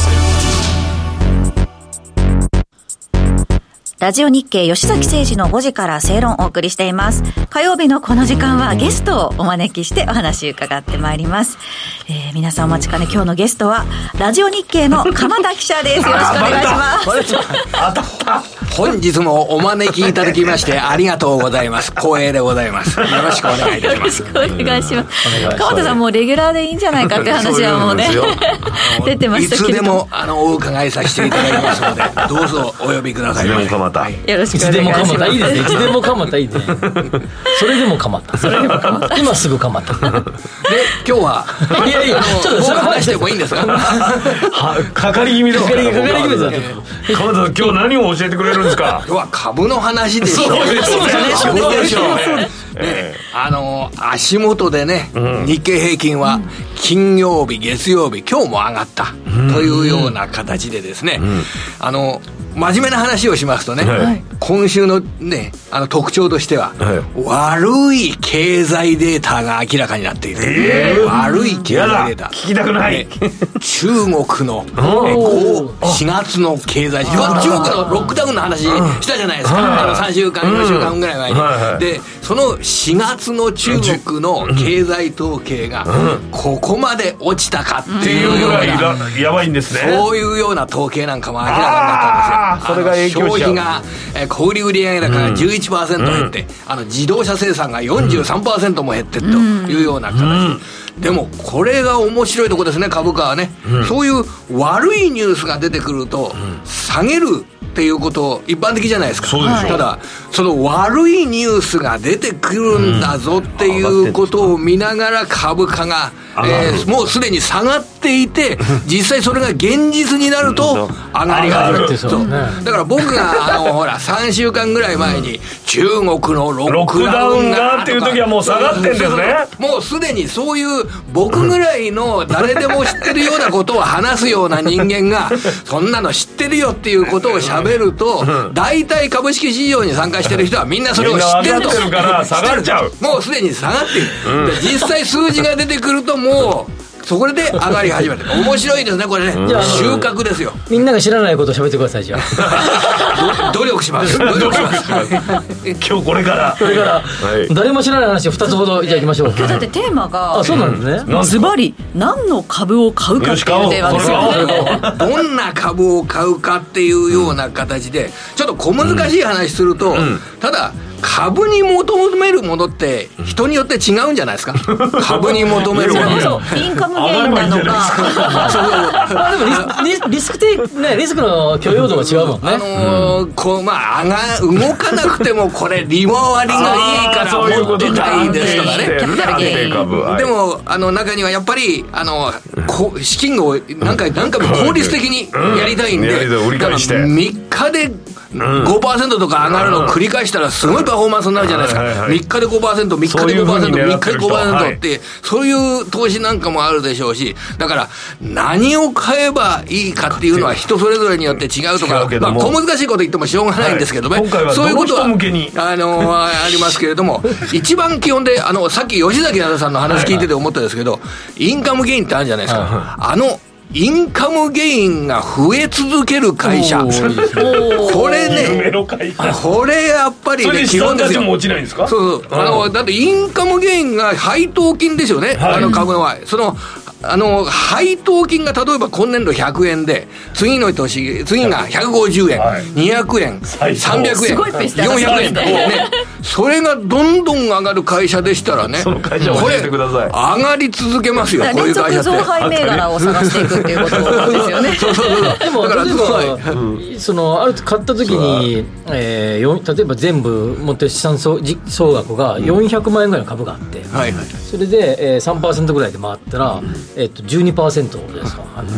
論。 ラジオ日経吉崎誠二のごじから正論をお送りしています。火曜日のこの時間はゲストをお招きしてお話伺ってまいります。えー、皆さんお待ちかね、今日のゲストはラジオ日経の鎌田記者です。よろしくお願いします。 当たった。本日もお招きいただきましてありがとうございます。光栄でございます。よろしくお願いいたします。 よろしくお願いします。鎌田さんもうレギュラーでいいんじゃないかって話はもうね出てましたけど、 いつでもあのお伺いさせていただきますのでどうぞお呼びください。 いつでも鎌田、 はい、よろしくお願いします。 いつでも鎌田いいですね。いつでも鎌田いいね。それでも鎌田。それでも鎌田。今すぐ鎌田。で今日はいやいやちょっとそれ話してもいいんですか。 はかかり気味ですから。 かかり気味ですよ。 鎌田さん今日何を教えてくれるんですか。 今日は株の話でしょ。 そうですよね。 そうでしょうね。ね、あの足元でね、うん、日経平均は金曜日月曜日今日も上がったというような形でですね、うん、あの真面目な話をしますとね、はい、今週のねあの特徴としては、はい、悪い経済データが明らかになっている、えー、悪い経済データ聞きたくない、ね、 中国のえしがつの経済中国のロックダウンの話したじゃないですか、あのさんしゅうかんよんしゅうかんぐらい前に、うん、でそのしがつの中国の経済統計がここまで落ちたかっていうような、 うん、やばいんですね。 そういうような統計なんかも明らかになったんですよ。 それが影響しちゃう。 消費が、えー、小売売上高が じゅういちパーセント 減って、うん、あの自動車生産が よんじゅうさんパーセント も減ってというような形、うん、でもこれが面白いところですね。株価はね、うん、そういう悪いニュースが出てくると、うん、下げるっていうこと一般的じゃないですか。 そうでしょう。 ただその悪いニュースが出てくるんだぞっていうことを見ながら株価が、えー、もうすでに下がっていて実際それが現実になると上がりがある。そうだから僕があのほらさんしゅうかんぐらい前に中国のロックダウンがっていう時はもう下がってんですね。 もうすでにそういう僕ぐらいの誰でも知ってるようなことを話すような人間がそんなの知ってるよっていうことを喋ると大体株式市場に参加してる人はみんなそれを知ってると。 みんな分かってるから下がっちゃう。 もうすでに下がっている、うん、実際数字が出てくるともうそこで上がり始めて面白いですねこれね、うん、収穫ですよ。 みんなが知らないことを喋ってください。じゃあ努力します努力します今日これからこれから、はい、誰も知らない話をふたつほどじゃあいきましょう。 今日だってテーマがあそうなんですね。 ズバリ何の株を買うかっていうテーマですよ。 どんな株を買うかっていうような形でちょっと小難しい話すると、うん、ただ株に求めるものって人によって違うんじゃないですか。株に求めるものそうインカムゲインなのかでも リ, リ, リスク的、ね、リスクの許容度が違うもんね。 あのーうん、こうまあ上が動かなくてもこれ利回りがいいから持ってたいですとかね。 キャピタルゲイン。 でもあの中にはやっぱりあのこ資金を何回何回も効率的にやりたいんで、 うん、売り返してみっかでごパーセント とか上がるのを繰り返したらすごいパフォーマンスになるじゃないですか、はいはいはい、みっかで ごパーセント、みっかで ごパーセント、みっかで ごパーセント って、はい、そういう投資なんかもあるでしょうし、だから何を買えばいいかっていうのは人それぞれによって違うとか、まあ、小難しいこと言ってもしょうがないんですけどね、はい、 今回はどの人向けにあのありますけれども一番基本であのさっき吉崎奈々さんの話聞いてて思ったんですけど、はいはい、インカムゲインってあるじゃないですか、はいはい、あのインカムゲインが増え続ける会社、これね、これやっぱりね、基本ですよ。 も落ちないんですか？ そうそう、あのだってインカムゲインが配当金ですよね、はい、あの株の場合、そのあの配当金が例えば今年度ひゃくえんで、次の年次がひゃくごじゅうえん、はい、にひゃくえん、さんびゃくえん、よんひゃくえんとね、それがどんどん上がる会社でしたらね、 その会社を教えてください。 上がり続けますよ、こういう会社って。 連続増配銘柄を探していくっていうことですよね。 そうそうそう。 でもだから例えば、うん、そのある買った時に、えー、例えば全部持ってる資産総総額がよんひゃくまんえんぐらいの株があって、うん、はいはい、それで、えー、さんパーセント ぐらいで回ったら、うん、えー、と じゅうにパーセント ですか、うん、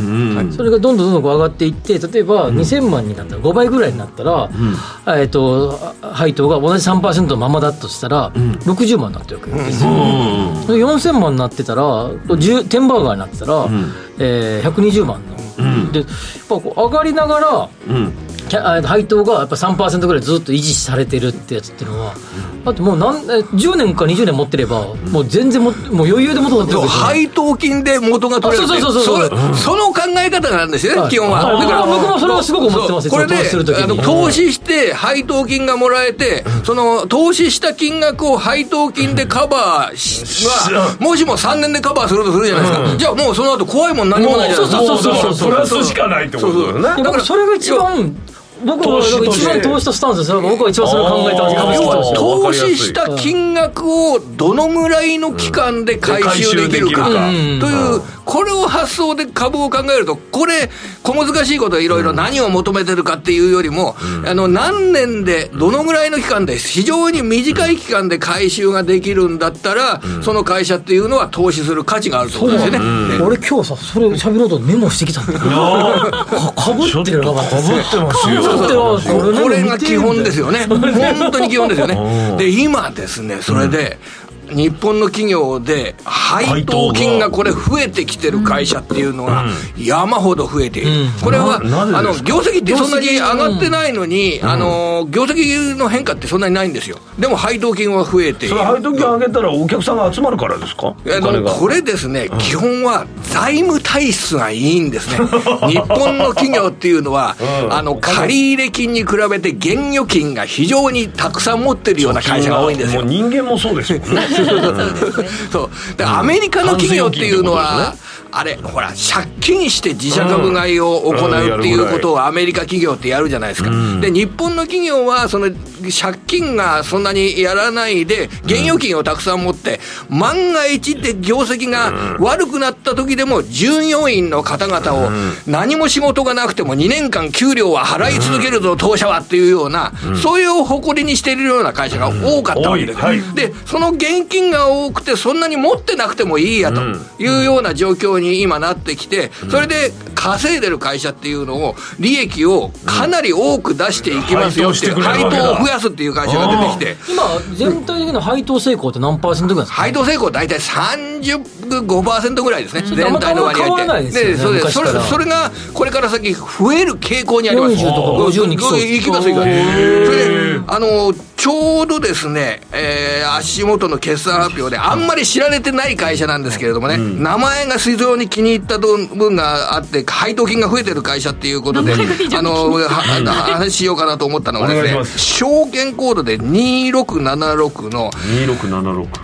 それがどんどんどんどん上がっていって、例えばにせんまんになったらごばいぐらいになったら、うん、えー、と配当が同じ さんパーセント のままだとしたら、うん、ろくじゅうまんになってるわけですよ、うん、よんせんまんになってたらテンバーガーになってたら、うん、えー、ひゃくにじゅうまんの、うん、でやっぱこう上がりながら、うん、配当がやっぱ さんパーセント ぐらいずっと維持されてるってやつっていうのは、うん、だってもう何じゅうねんかにじゅうねん持ってれば、うん、もう全然ももう余裕で元が取れる、 配当金で元が取れるって、そうそうそうそう、その考え方なんですよね、はい、基本は。 だから僕もそれはすごく思ってますよ。 これであの投資して配当金がもらえて、その投資した金額を配当金でカバーはもしもさんねんでカバーするとするじゃないですか、うん、じゃあもうその後怖いもん何もないじゃないですか。 そうそうそうそう、 プラスしかないってことだよね。 だからそれが一番僕は一番投資とスタンスですよ。僕は一番それを考えてます。株式投資。 投資した金額をどのぐらいの期間で回収できるかという、これを発想で株を考えると、これ小難しいこといろいろ何を求めてるかっていうよりも、あの何年でどのぐらいの期間で非常に短い期間で回収ができるんだったら、その会社っていうのは投資する価値があると思うんですよね。 俺今日さそれ喋ろうとメモしてきたんだけど、かぶってるのがかぶってますよ。 そうそう、これが基本ですよね。本当に基本ですよね。で今ですね、それで、うん、日本の企業で配当金がこれ増えてきてる会社っていうのが山ほど増えている、うん、これはあの業績ってそんなに上がってないのに、うん、あの業績の変化ってそんなにないんですよ。でも配当金は増えている。 それ配当金上げたらお客さんが集まるからですか？ あのこれですね、うん、基本は財務体質がいいんですね。日本の企業っていうのは、うん、あの借入金に比べて現預金が非常にたくさん持ってるような会社が多いんですよ。 もう人間もそうですよね。 そうでアメリカの企業っていうのは、あれほら借金して自社株買いを行うっていうことをアメリカ企業ってやるじゃないですか、うん、で日本の企業はその借金がそんなにやらないで現預金をたくさん持って、うん、万が一で業績が悪くなった時でも従業員の方々を何も仕事がなくてもにねんかん給料は払い続けるぞ、うん、当社はっていうような、うん、そういう誇りにしているような会社が多かったわけです、うんはい、でその現金が多くてそんなに持ってなくてもいいやというような状況に今なってきて、それで稼いでる会社っていうのを利益をかなり多く出していきますよっていう、配当を増やすっていう会社が出てきて、 今全体的な配当成功って何パーセントぐらいですか？ 配当成功大体さんじゅうごパーセント ぐらいですね、全体の割合で。 でそれそれそれがこれから先増える傾向にあります。 よんじゅうとかごじゅうに来そう。 いきますいきます。それであのちょうどですね、えー、足元の決算発表であんまり知られてない会社なんですけれどもね、うん、名前が非常に気に入った分があって配当金が増えてる会社っていうことであの話しようかなと思ったのがですね、証券コードでにろくななろくのにろくななろく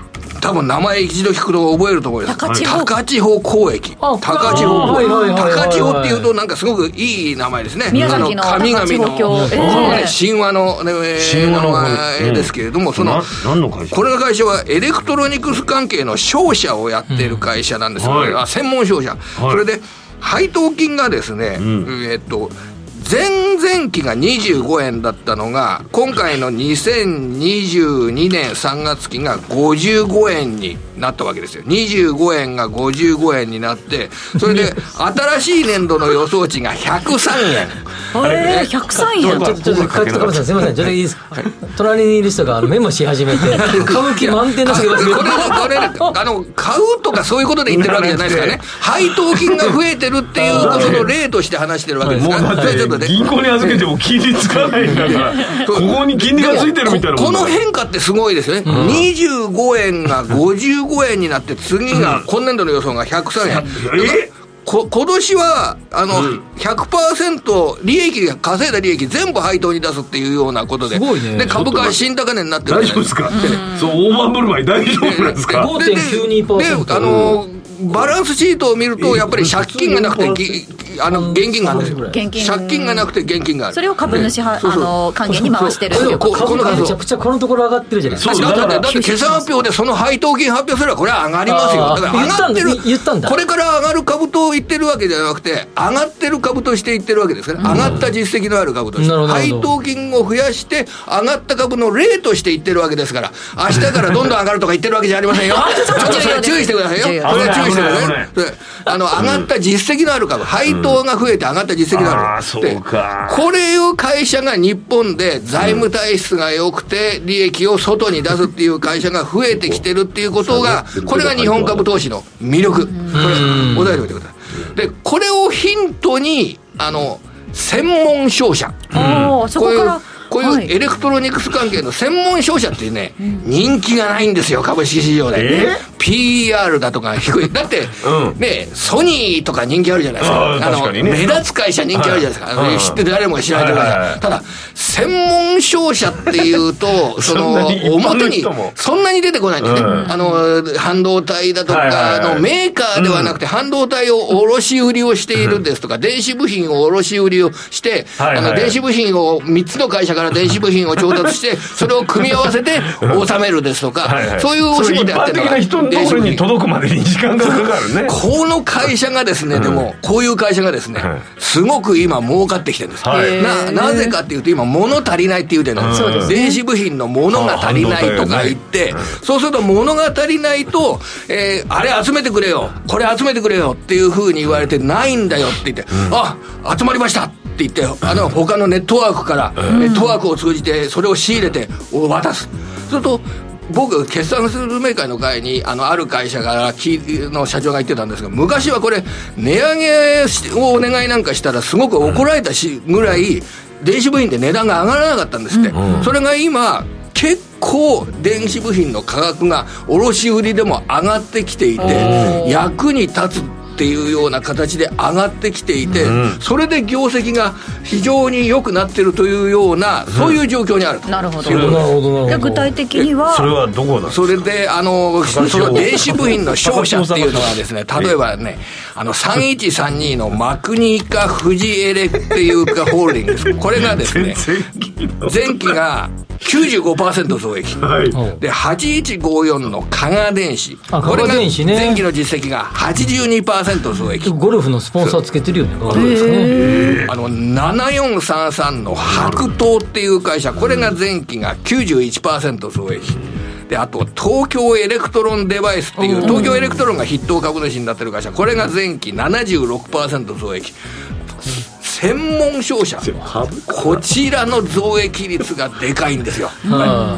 多分名前一度聞くと覚えると思います。 高千穂高千穂交易。高千穂交易。高千穂っていうとなんかすごくいい名前ですね。 宮崎の神々の、 えー、 神話の、ね、神話の名前ですけれども、うん、その何の会社？これの会社はエレクトロニクス関係の商社をやっている会社なんですよ、うん、はい、専門商社、はい、それで配当金がですね、うん、えー、っと前々期がにじゅうごえんだったのが今回のにせんにじゅうにねんさんがつ期がごじゅうごえんになったわけですよ。にじゅうごえんがごじゅうごえんになって、それで新しい年度の予想値がひゃくさんえん。 えー、ひゃくさんえん。ちょっとちょっと加藤さんすみません、ちょっといいですか、はい、隣にいる人がメモし始めて買う気満点の人がいます。 これこれあの買うとかそういうことで言ってるわけじゃないですからね。配当金が増えてるっていうことの例として話してるわけですから。 もうだって銀行に預けても金利つかないんだからここに金利がついてるみたいなもん。 この変化ってすごいですよね、うん、にじゅうごえんがごじゅうごえんになって次が今年度の予想がひゃくさんえん、うん、えこ今年はあの、うん、ひゃくパーセント 利益が稼いだ利益全部配当に出すっていうようなことで、すごいね、で株価は新高値になってる。 大丈夫ですか、うん、そう大盤振る舞い大丈夫なんですか。 ごてんきゅうにパーセントで、あのーバランスシートを見るとやっぱり借金がなくてあの現金があるんですよ。現金借金がなくて現金がある。 それを株主は、ね、あの還元に回してるっていうこと。 株価めちゃくちゃこのところ上がってるじゃないですか。 だってだって決算発表でその配当金発表すればこれは上がりますよ。だから上がってる、 言ったんだ。 これから上がる株と言ってるわけじゃなくて上がってる株として言ってるわけですから、ね、上がった実績のある株として配当金を増やして上がった株の例として言ってるわけですから、明日からどんどん上がるとか言ってるわけじゃありませんよ。ちょっとそれ注意してくださいよ。それは注意してくださいね。あの上がった実績のある株、配当が増えて上がった実績のある、うん、でこれいう会社が日本で財務体質が良くて利益を外に出すっていう会社が増えてきてるっていうことが、これが日本株投資の魅力。これ押さえておいてください。でこれをヒントにあの専門商社、 うん、そこからこういうエレクトロニクス関係の専門商社っていうね、はい、人気がないんですよ株式市場で、えー、ピーアール だとか低い。だって、うん、ねソニーとか人気あるじゃないですか。ああの、ね、目立つ会社人気あるじゃないですか、はい、知って誰もが知られてる会社、はいはいはい、ただ専門商社っていうとその表にそんなに出てこないんでね、うん、あの半導体だとかのメーカーではなくて、うん、半導体を卸売りをしているですとか、うん、電子部品を卸売りをして、はいはい、あの電子部品をみっつの会社から電子部品を調達してそれを組み合わせて収めるですとか、はいはい、そういうお仕事やってるのが一般的な人のところに届くまでに時間がかかるね。 この会社がですね、うん、でもこういう会社がですね、はい、すごく今儲かってきてるんです、はい、な, なぜかっていうと今物足りないって言うてるんですよ、うん、電子部品の物が足りないとか言って、そうすると物が足りないと、えー、あれ集めてくれよこれ集めてくれよっていうふうに言われてないんだよって言って、うん、あ集まりましたって言ってあの他のネットワークから、うん、ネットワークを通じてそれを仕入れて渡す。すると僕決算するメーカーの会に あのある会社からの社長が言ってたんですが、昔はこれ値上げをお願いなんかしたらすごく怒られたしぐらい電子部品って値段が上がらなかったんですって、うん、それが今結構電子部品の価格が卸売りでも上がってきていて役に立つっていうような形で上がってきていて、うん、それで業績が非常に良くなってるというような、うん、そういう状況にあると。 なるほど。なるほど。で具体的にはそれはどこなんですか。 それであのその電子部品の商社っていうのはですね、例えばねあのさんいちさんにのマクニカ富士エレっていうかホールディングス、これがですね前期が きゅうじゅうごパーセント 増益、はい、ではちいちごよんの加賀電子、これが前期の実績が はちじゅうにパーセント 増益。 ゴルフのスポンサーつけてるよね。 あのななよんさんさんの白桃っていう会社、これが前期が きゅうじゅういちパーセント 増益で、あと東京エレクトロンデバイスっていう東京エレクトロンが筆頭株主になってる会社、これが前期 ななじゅうろくパーセント 増益。専門商社こちらの増益率がでかいんですよ、はい、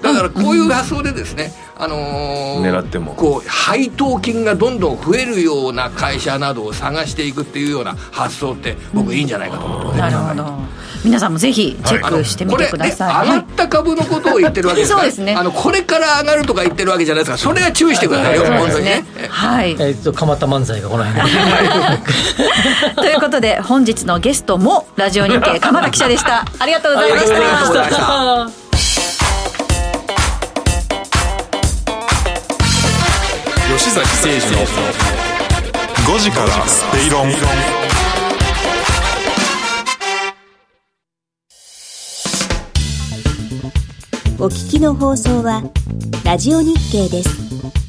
だからこういう発想でですね、あのー、 狙ってもこう配当金がどんどん増えるような会社などを探していくっていうような発想って僕いいんじゃないかと思って、うん、 なるほど。皆さんもぜひチェックしてみてください、 はい、これ、ね、上がった株のことを言ってるわけですからそうですね、あのこれから上がるとか言ってるわけじゃないですから、それは注意してくださいよ、 そうですね、はい、 えー、っと蒲田漫才がこの辺ということで本日のゲストもラジオ日経鎌田記者でした。ありがとうございました。 崎誠二のごじからスペイロン。 お聞きの放送はラジオ日経です。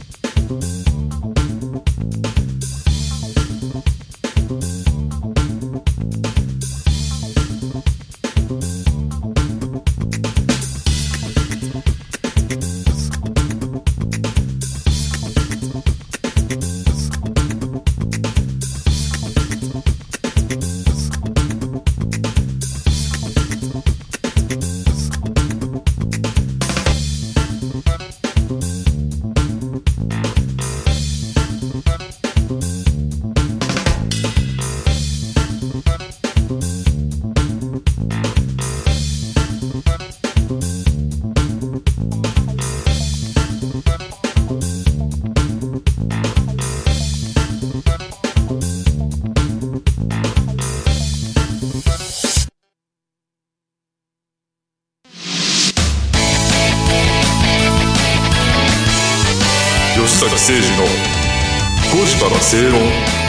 吉崎誠二のごじから正論。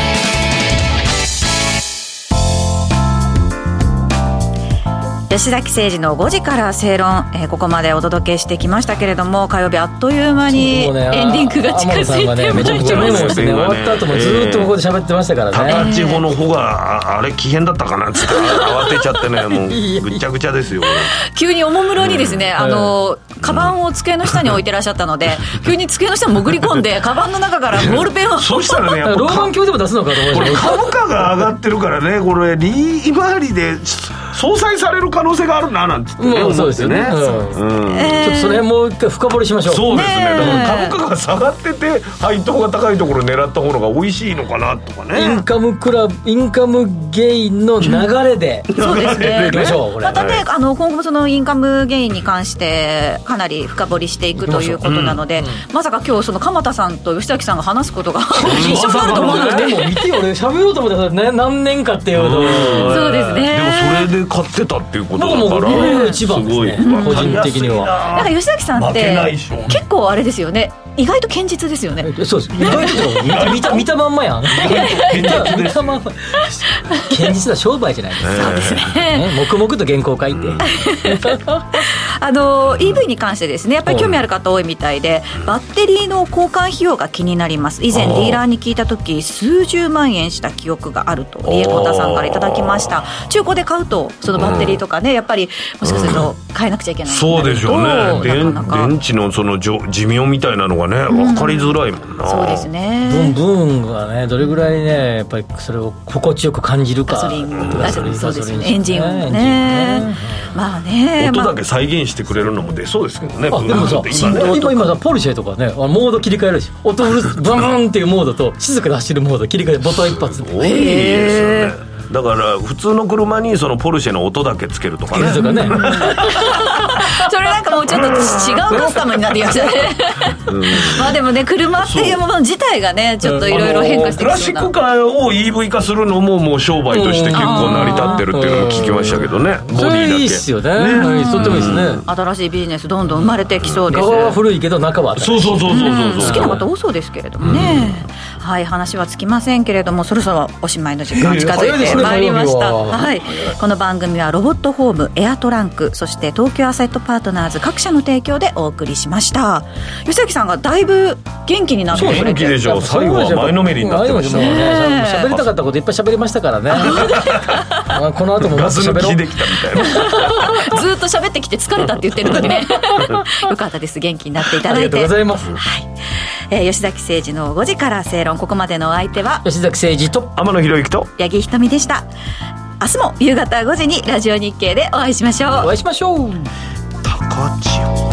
吉崎誠二のごじから正論、えー、ここまでお届けしてきましたけれども、火曜日あっという間にエンディングが近づいてまいりました。 めちゃくちゃメモしてね、終わった後もずっとここで喋ってましたからね。 高千穂の方があれ奇変だったかなっつって慌てちゃってね、もうぐちゃぐちゃですよ。 急におもむろにですね、あのカバンを机の下に置いてらっしゃったので、急に机の下に潜り込んでカバンの中からボールペンをそうしたらね、やっぱ老眼鏡でも出すのかと思いました。 株価が上がってるからね、これ利回りで相殺される可能性があるななんて言ってね、 うん、そうですよね、うんうん、えー、ちょっとその辺もう一回深掘りしましょう。 そうですね、だから株価が下がってて配当が高いところを狙った方が美味しいのかなとかね。 インカムクラブ、インカムゲインの流れでそうですね、 いきましょう。これまたね、あの今後もそのインカムゲインに関してかなり深掘りしていくということなので、うんうん、まさか今日その鎌田さんと吉崎さんが話すことが一緒になると思うので、 でも見てよ、俺喋ろうと思ったら、ね、何年かっていうの、 そうですね。 でもそれで買ってたっていうことだから、 なんかもう僕一番ですね、すごい個人的には。 なんか吉崎さんって結構あれですよね、意外と堅実ですよね。 そうです、意外と見た見たまんまやん。見たまんま堅実な商売じゃないですか。 そうですね、 黙々と原稿書いて、うん、 あの イーブイ に関してですね、やっぱり興味ある方多いみたいで、バッテリーの交換費用が気になります。以前ディーラーに聞いた時数十万円した記憶があるとリエコータさんからいただきました。中古で買うとそのバッテリーとかね、やっぱりもしかすると変えなくちゃいけない、うん、 そうでしょうね。電池のその寿命みたいなのがね、分かりづらいもんな、うん、 そうですね。 ブンブンがね、どれぐらいね、やっぱりそれを心地よく感じるか。 ガソリン、ガソリン、そうですね、エンジン音ね、ね、まあね、 音だけ再現してくれるのも出そうですけどね。 あ、でもさ、今, 今, 今さポルシェとかね、モード切り替えるし、音うるブーンっていうモードと静かで走るモード切り替え、ボタン一発で。 多いですよね。だから普通の車にそのポルシェの音だけつけるとかね。 とかねそれなんかもうちょっと違うカスタムになってきましたね、うん、まあでもね、車っていうもの自体がね、ちょっといろいろ変化してきそうな、 クラシックカーを イーブイ 化するのももう商売として結構成り立ってるっていうのも聞きましたけどね。ボディだけ。それいいっすよね、ね、とってもいいですね。 新しいビジネスどんどん生まれてきそうです。 側は古いけど中はそうそうそうそうそう、うん、 好きな方多そうですけれどもね、うん、はい、話はつきませんけれども、そろそろおしまいの時間近づいてまいりました、はい、この番組はロボットホーム、エアトランク、そして東京アセットパートナーズ各社の提供でお送りしました。吉崎さんがだいぶ元気になってくれて、 元気でしょう。最後は前のめりになってましたね。 喋りたかったこといっぱい喋りましたからねこの後ももっと喋ろう。 できたみたいなずっと喋ってきて疲れたって言ってるのにねよかったです、元気になっていただいて。 ありがとうございます、 はい、えー、吉崎誠二のごじから正論、ここまでのお相手は吉崎誠二と天野博之と八木ひとみでした。明日も夕方ごじにラジオ日経でお会いしましょう。 お会いしましょう。 高千穂